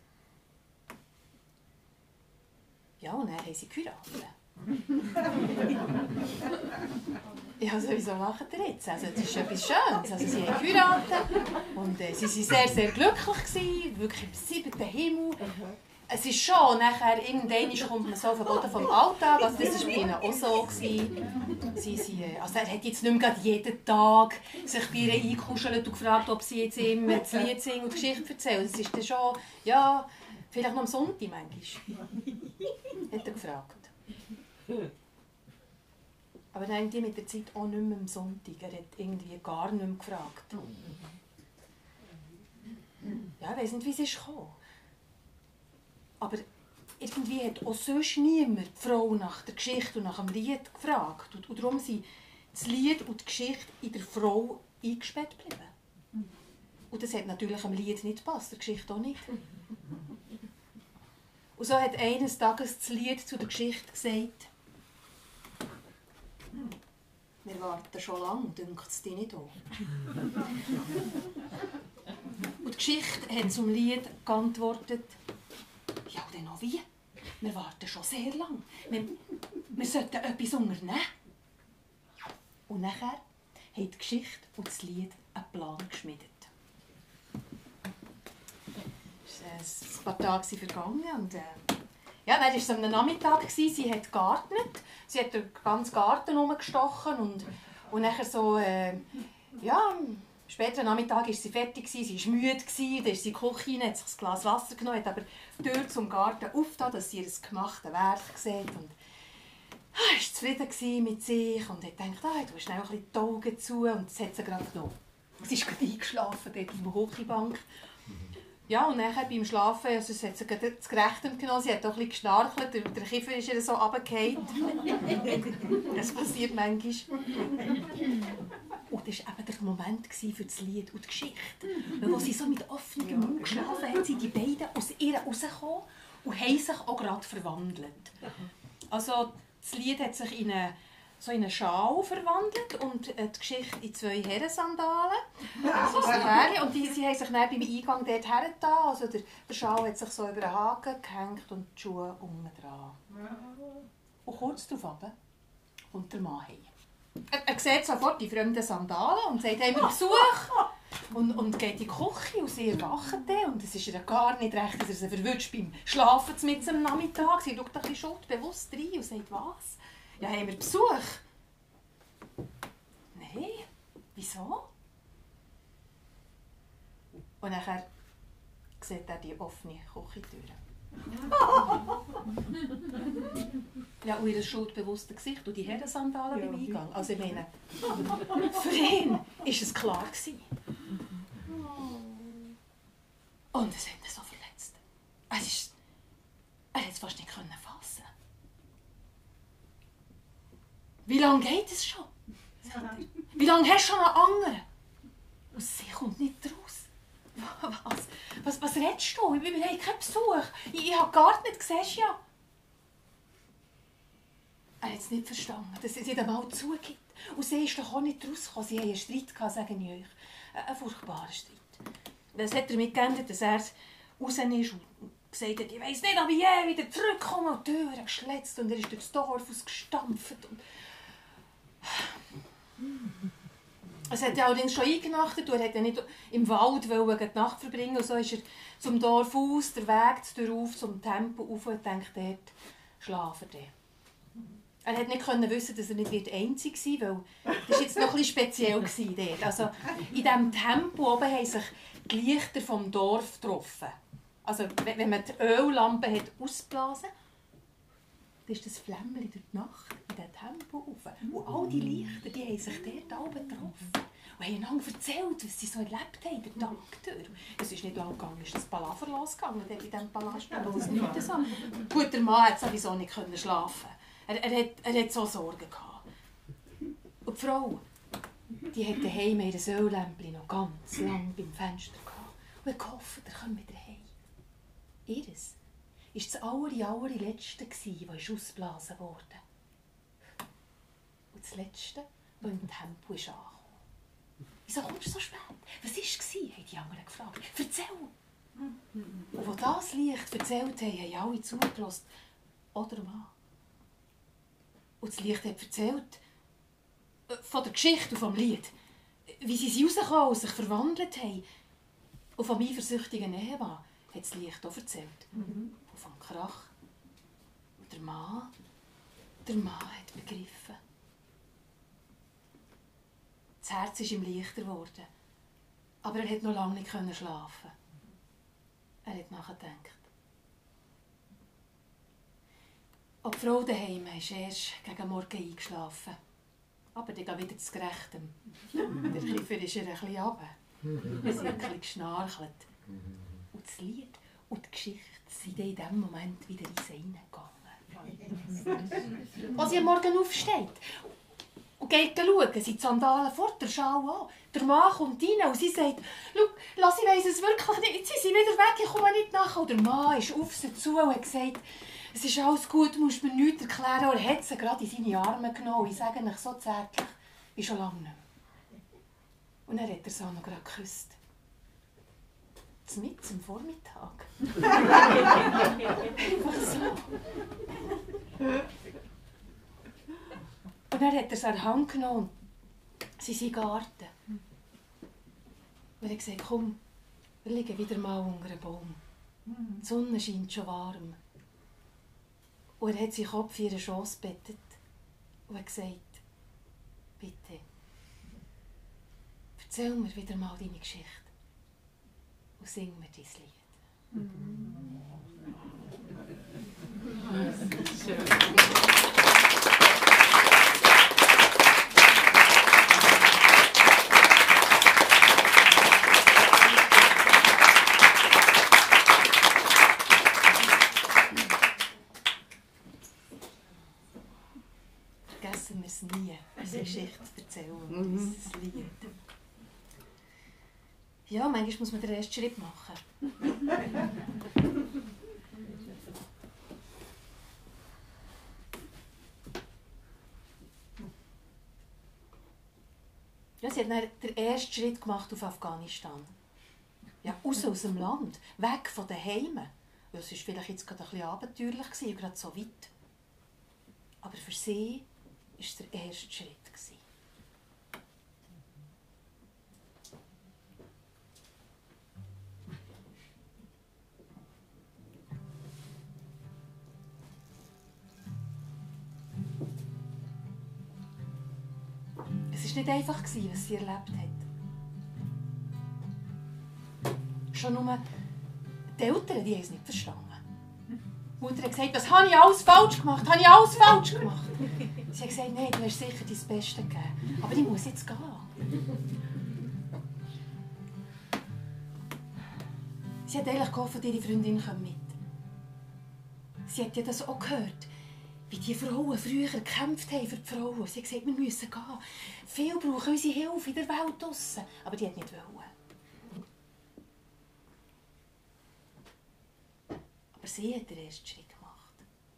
Ja, und dann haben sie geheiratet. Ja, also, wieso lacht ihr jetzt? Also, das ist etwas Schönes. Also, sie haben geheiratet und äh, sie waren sehr, sehr glücklich gewesen, wirklich im siebten Himmel. Es ist schon, nachher, irgendwann kommt man so auf den Boden vom Alltag, also das war bei ihnen auch so. Gewesen. Sie, sie, also er hat jetzt nicht mehr jeden Tag sich bei ihr eingekuschelt und gefragt, ob sie jetzt ihm das Lied singen und die Geschichte erzählen. Das ist dann schon, ja, vielleicht noch am Sonntag manchmal. Hat er gefragt. Aber dann irgendwie mit der Zeit auch nicht mehr am Sonntag. Er hat irgendwie gar nicht mehr gefragt. Ja, ich weiss nicht, wie es ist gekommen. Aber irgendwie hat auch sonst niemand die Frau nach der Geschichte und nach dem Lied gefragt. Und, und darum sind das Lied und die Geschichte in der Frau eingesperrt geblieben. Und das hat natürlich am Lied nicht gepasst, der Geschichte auch nicht. Und so hat eines Tages das Lied zu der Geschichte gesagt, wir warten schon lange, dünkt es dir nicht auch. Und die Geschichte hat zum Lied geantwortet, ja, dann noch wie? Wir warten schon sehr lange. Wir, wir sollten etwas unternehmen. Und nachher haben die Geschichte und das Lied einen Plan geschmiedet. Es waren ein paar Tage vergangen und äh, ja, dann war es am Nachmittag, sie hat gegartnet. Sie hat den ganzen Garten herumgestochen und, und nachher so, äh, ja, später am Nachmittag war sie fertig, sie war müde, dann ist sie in die Küche rein, hat sich ein Glas Wasser genommen, hat aber die Tür zum Garten aufgetan, dass sie ihr gemachtes Werk sieht. Und ah, war zufrieden mit sich und hat gedacht, ah, du hast schnell ein bisschen die Augen zu und das hat sie gerade genommen. Sie ist gerade eingeschlafen dort auf der Küchenbank. Ja, und nachher beim Schlafen, also hat sie das Gerechte genommen, sie hat auch ein bisschen geschnarchelt, der Kiefer ist ihr so runtergefallen. Das passiert manchmal. Und das war eben der Moment für das Lied und die Geschichte. Weil als sie so mit offenem Mund geschlafen hat, sind die beiden aus ihr rausgekommen und haben sich auch gerade verwandelt. Also das Lied hat sich in eine, so in eine Schal verwandelt und die Geschichte in zwei Herrensandalen. Das ist die Herren. Und die, sie haben sich dann beim Eingang dort hergetan. Also der, der Schal hat sich so über den Haken gehängt und die Schuhe unten dran. Und kurz darauf kommt der Mann heim. Er, er sieht sofort die fremden Sandalen und sagt, haben wir Besuch? Und, und geht in die Küche und sie erwachen dann. Und es ist ihr gar nicht recht, dass er sie verwünscht beim Schlafen mit am Nachmittag. Sie schaut ein bisschen schuldbewusst rein und sagt, was? Ja, haben wir Besuch? Nein. Wieso? Und nachher sieht er die offene Küchentür. Ja, und ihr schuldbewusstes Gesicht und die Herrensandalen beim Eingang. Also ich meine, für ihn war es klar. Und es hat ihn so verletzt. Es ist, er konnte es fast nicht fassen. Wie lange geht es schon? Wie lange hast du schon einen anderen? Und sie kommt nicht raus. Was, was, was redest du? Wir haben keinen Besuch. Ich, ich habe gar nicht gesehen. Ja. Er hat es nicht verstanden, dass sie den mal zugibt. Und sie ist doch auch nicht rausgekommen. Sie hatten einen Streit, gehabt, sage ich euch. Einen furchtbaren Streit. Das hat damit geändert, dass er raus ist und gesagt hat, ich weiss nicht, ob ich je wieder zurückkomme. Und die Tür geschletzt und er ist durchs Dorf ausgestampft. Und es hat ja allerdings schon eingenachtet und er wollte ja nicht im Wald die Nacht verbringen. Und so ist er zum Dorf aus, der Weg darauf, zum Tempel rauf und denkt, dort schlafen er. Er konnte nicht wissen, dass er nicht einzig sein wird, weil das war jetzt noch etwas speziell dort. Also in diesem Tempel oben haben sich die Lichter vom Dorf getroffen. Also wenn man die Öllampe hat ausgeblasen hat, dann ist das Flämmchen durch die Nacht in den Tempel rauf. Und all die Lichter, die haben sich dort oben getroffen. Und haben einander erzählt, was sie so erlebt haben, den Tag durch. Es ist nicht lang gegangen, es ist das Palaver losgegangen, dort in diesem Palast, aber es nicht so. Gut, der Mann konnte sowieso nicht schlafen. Er, er, hat, er hat so Sorgen gehabt. Und die Frau, die hat daheim ihr Öllämpchen noch ganz lang beim Fenster gehabt. Und gehofft, er komme wieder heim. Ihres war das aller, allerletzte, das ausgeblasen wurde. Und das Letzte, das im Tempel ist angekommen. Wieso kommst du so spät? Was war es? Haben die anderen gefragt. Erzähl! Und als das Licht erzählt haben, haben alle zugelassen. Oder Mann. Und das Licht hat erzählt von der Geschichte und vom Lied. Wie sie rausgekommen und sich verwandelt haben. Und vom eifersüchtigen Ehemann hat das Licht auch erzählt. Mhm. Und vom Krach. Und der Mann, der Mann hat begriffen. Das Herz ist ihm leichter geworden. Aber er konnte noch lange nicht schlafen. Er hat nachgedacht. Auch die Frau daheim ist erst gegen Morgen eingeschlafen. Aber die geht wieder zu Gerechtem. Der Kiefer ist ihr ein bisschen runter. Sie hat ein bisschen geschnarchelt. Und das Lied und die Geschichte sind in diesem Moment wieder ins Reingegangen. Als sie am Morgen aufsteht und geht schauen, sind die Sandalen vor der Schau an. Der Mann kommt rein und sie sagt, «Schau, lass, ich weiss es wirklich nicht, sie sind wieder weg, ich komme nicht nachher.» Und der Mann ist auf sie zu und hat gesagt, «Es ist alles gut, du musst mir nichts erklären.» Und er hat sie gerade in seine Arme genommen. Ich sage euch so zärtlich, wie schon lange nicht mehr. Und dann hat er sie auch noch gerade geküsst. Mitten am Vormittag. Einfach so. Und dann hat er sie an die Hand genommen. Sie sind im Garten. Und er hat gesagt, komm, wir liegen wieder mal unter einem Baum. Die Sonne scheint schon warm. Und er hat seinen Kopf in ihren Schoss gebettet und hat gesagt, bitte, erzähl mir wieder mal deine Geschichte. Und sing mir dein Lied. Schön. Vergessen wir es nie, unsere Geschichte zu erzählen und unser Lied. Ja, manchmal muss man den ersten Schritt machen. Ja, sie hat dann den ersten Schritt gemacht auf Afghanistan. Ja, raus aus dem Land, weg von den Heimen. Ja, es war vielleicht jetzt gerade ein bisschen abenteuerlich, gerade so weit. Aber für sie war es der erste Schritt. Es war nicht einfach, was sie erlebt hat. Schon nur die Eltern, die haben es nicht verstanden. Die Mutter hat gesagt, was habe ich alles falsch gemacht? Habe ich alles falsch gemacht? Sie hat gesagt, nein, du hast sicher dein Bestes gegeben. Aber ich muss jetzt gehen. Sie hat eigentlich gehofft, ihre Freundin kommt mit. Sie hat ja das auch gehört, wie die Frauen früher gekämpft haben für die Frauen. Sie hat gesagt, wir müssen gehen. Viele brauchen unsere Hilfe in der Welt draussen. Aber die hat nicht wollen. Aber sie hat den ersten Schritt gemacht.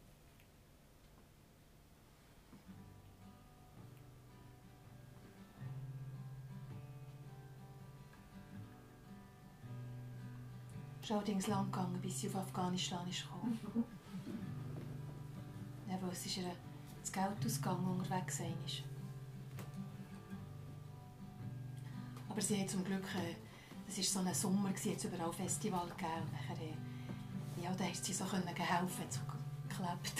Es ist allerdings lang gegangen, bis sie auf Afghanistan kam. Ja, weil es ist ihr das Geld ausgegangen, unterwegs sein ist. Aber sie hat zum Glück, es war so ein Sommer, es hat überall Festival gegeben. Und nachher, ja, da konnte sie so helfen, so geklebt.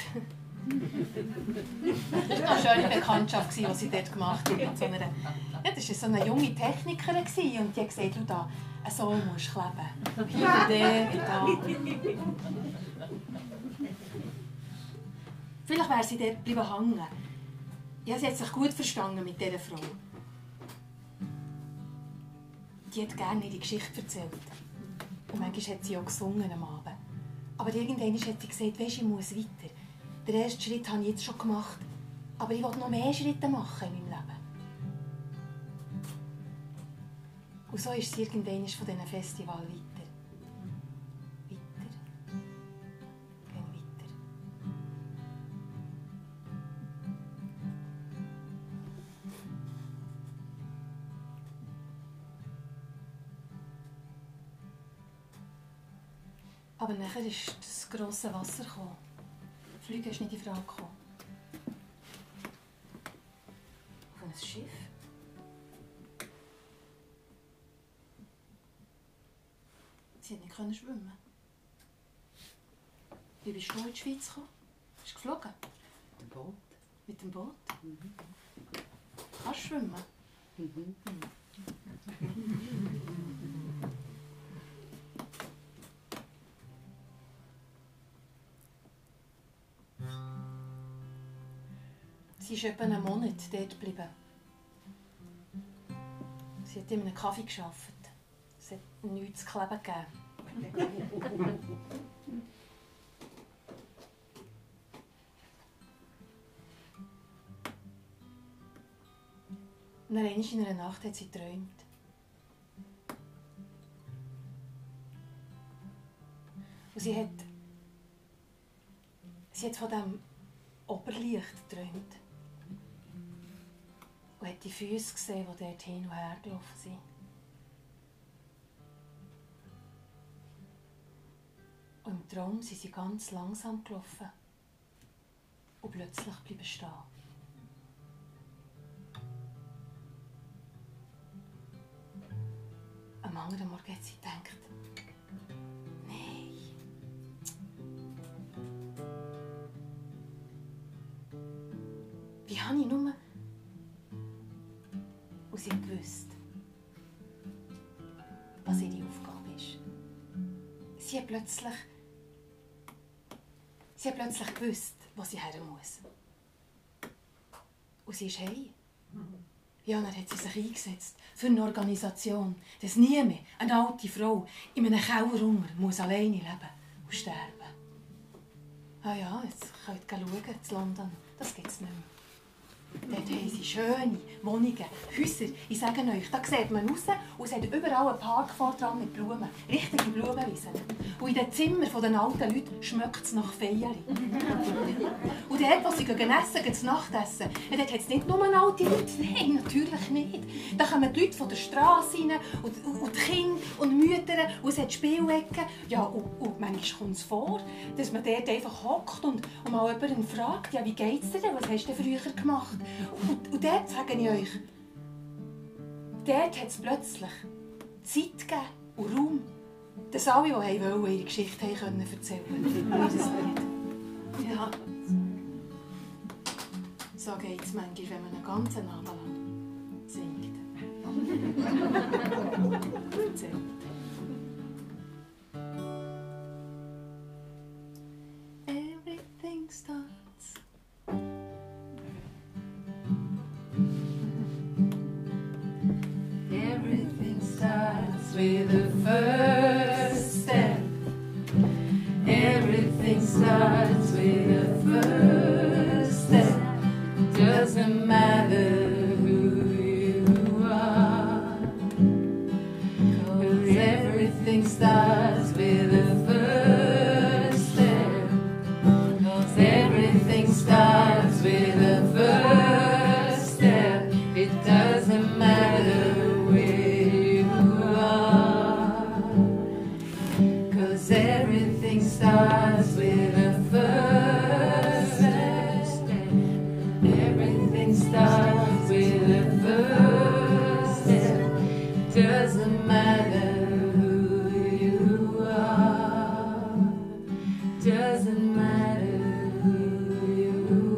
Das war eine schöne Bekanntschaft, die sie dort gemacht hat. So einer, ja, das war so eine junge Technikerin und die hat gesagt, da, so musst du kleben. Hier und da, da. Vielleicht wäre sie dort bleiben hängen. Ja, sie hat sich gut verstanden mit dieser Frau. Die hat gerne ihre Geschichte erzählt. Und manchmal hat sie auch gesungen am Abend. Aber irgendwann hat sie gesagt, weisst, ich muss weiter. Den ersten Schritt habe ich jetzt schon gemacht. Aber ich will noch mehr Schritte machen in meinem Leben. Und so ist sie irgendwann von diesem Festival weiter. Weiter. Gehen weiter. Aber nachher ist das grosse Wasser gekommen. Fliegen ist nicht in Frage gekommen. Auf ein Schiff. Sie konnte nicht schwimmen. Wie bist du in die Schweiz gekommen? Bist du geflogen? Mit dem Boot. Mit dem Boot? Mhm. Kannst du schwimmen? Mhm. Sie ist etwa einen Monat dort geblieben. Sie hat in einem Kaffee gearbeitet. Es hat nichts zu kleben gegeben. Und dann in einer Nacht hat sie geträumt. Und sie hat, sie hat von diesem Oberlicht geträumt. Und hat die Füße gesehen, die dort hin und her gelaufen sind. Und im Traum sind sie ganz langsam gelaufen und plötzlich bleiben stehen. Am anderen Morgen hat sie gedacht, nein. Wie habe ich nur... Und sie hat gewusst, was ihre Aufgabe ist. Sie hat plötzlich, sie hat plötzlich gewusst, wo sie her muss. Und sie ist heim. Ja, dann hat sie sich eingesetzt für eine Organisation, dass nie mehr eine alte Frau in einem Keller unter muss alleine leben und sterben. Ah ja, jetzt könnt ihr schauen, in London, das gibt es nicht mehr. Dort haben sie schöne Wohnungen, Häuser. Ich sage euch, da sieht man raus und es hat überall einen Park vor dran mit Blumen. Richtige Blumenwiesen. Und in den Zimmern der alten Leute schmeckt es nach Feierli. Und dort, wo sie essen, gehen zu Nachtessen, dort hat es nicht nur alte Leute. Nein, natürlich nicht. Da kommen die Leute von der Straße rein und, und, und die Kinder und Mütter und es hat Spielecken. Ja, und, und manchmal kommt es vor, dass man dort einfach hockt und, und mal jemanden fragt, ja, wie geht's dir denn? Was hast du denn früher gemacht? Und, und dort sage ich euch, dort hat es plötzlich Zeit gegeben und Raum, dass alle, die wollen, ihre Geschichte haben erzählen können. Ja. So geht es manchmal, wenn man einen ganzen Abend lang singt. Erzählt. Everything starts. Everything starts with the first step. Everything starts with the first step. Doesn't matter who you are, 'cause everything starts with the first step. 'Cause everything starts with the first step. It doesn't matter where you are, 'cause everything starts with the first step. Everything starts with the first step. Doesn't matter who you are. Doesn't matter who you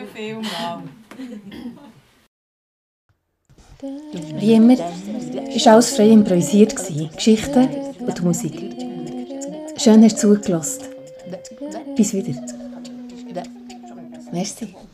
vielmals. Wie immer war alles frei improvisiert. Geschichten und Musik. Schön hast du zugelassen. Bis wieder. Merci.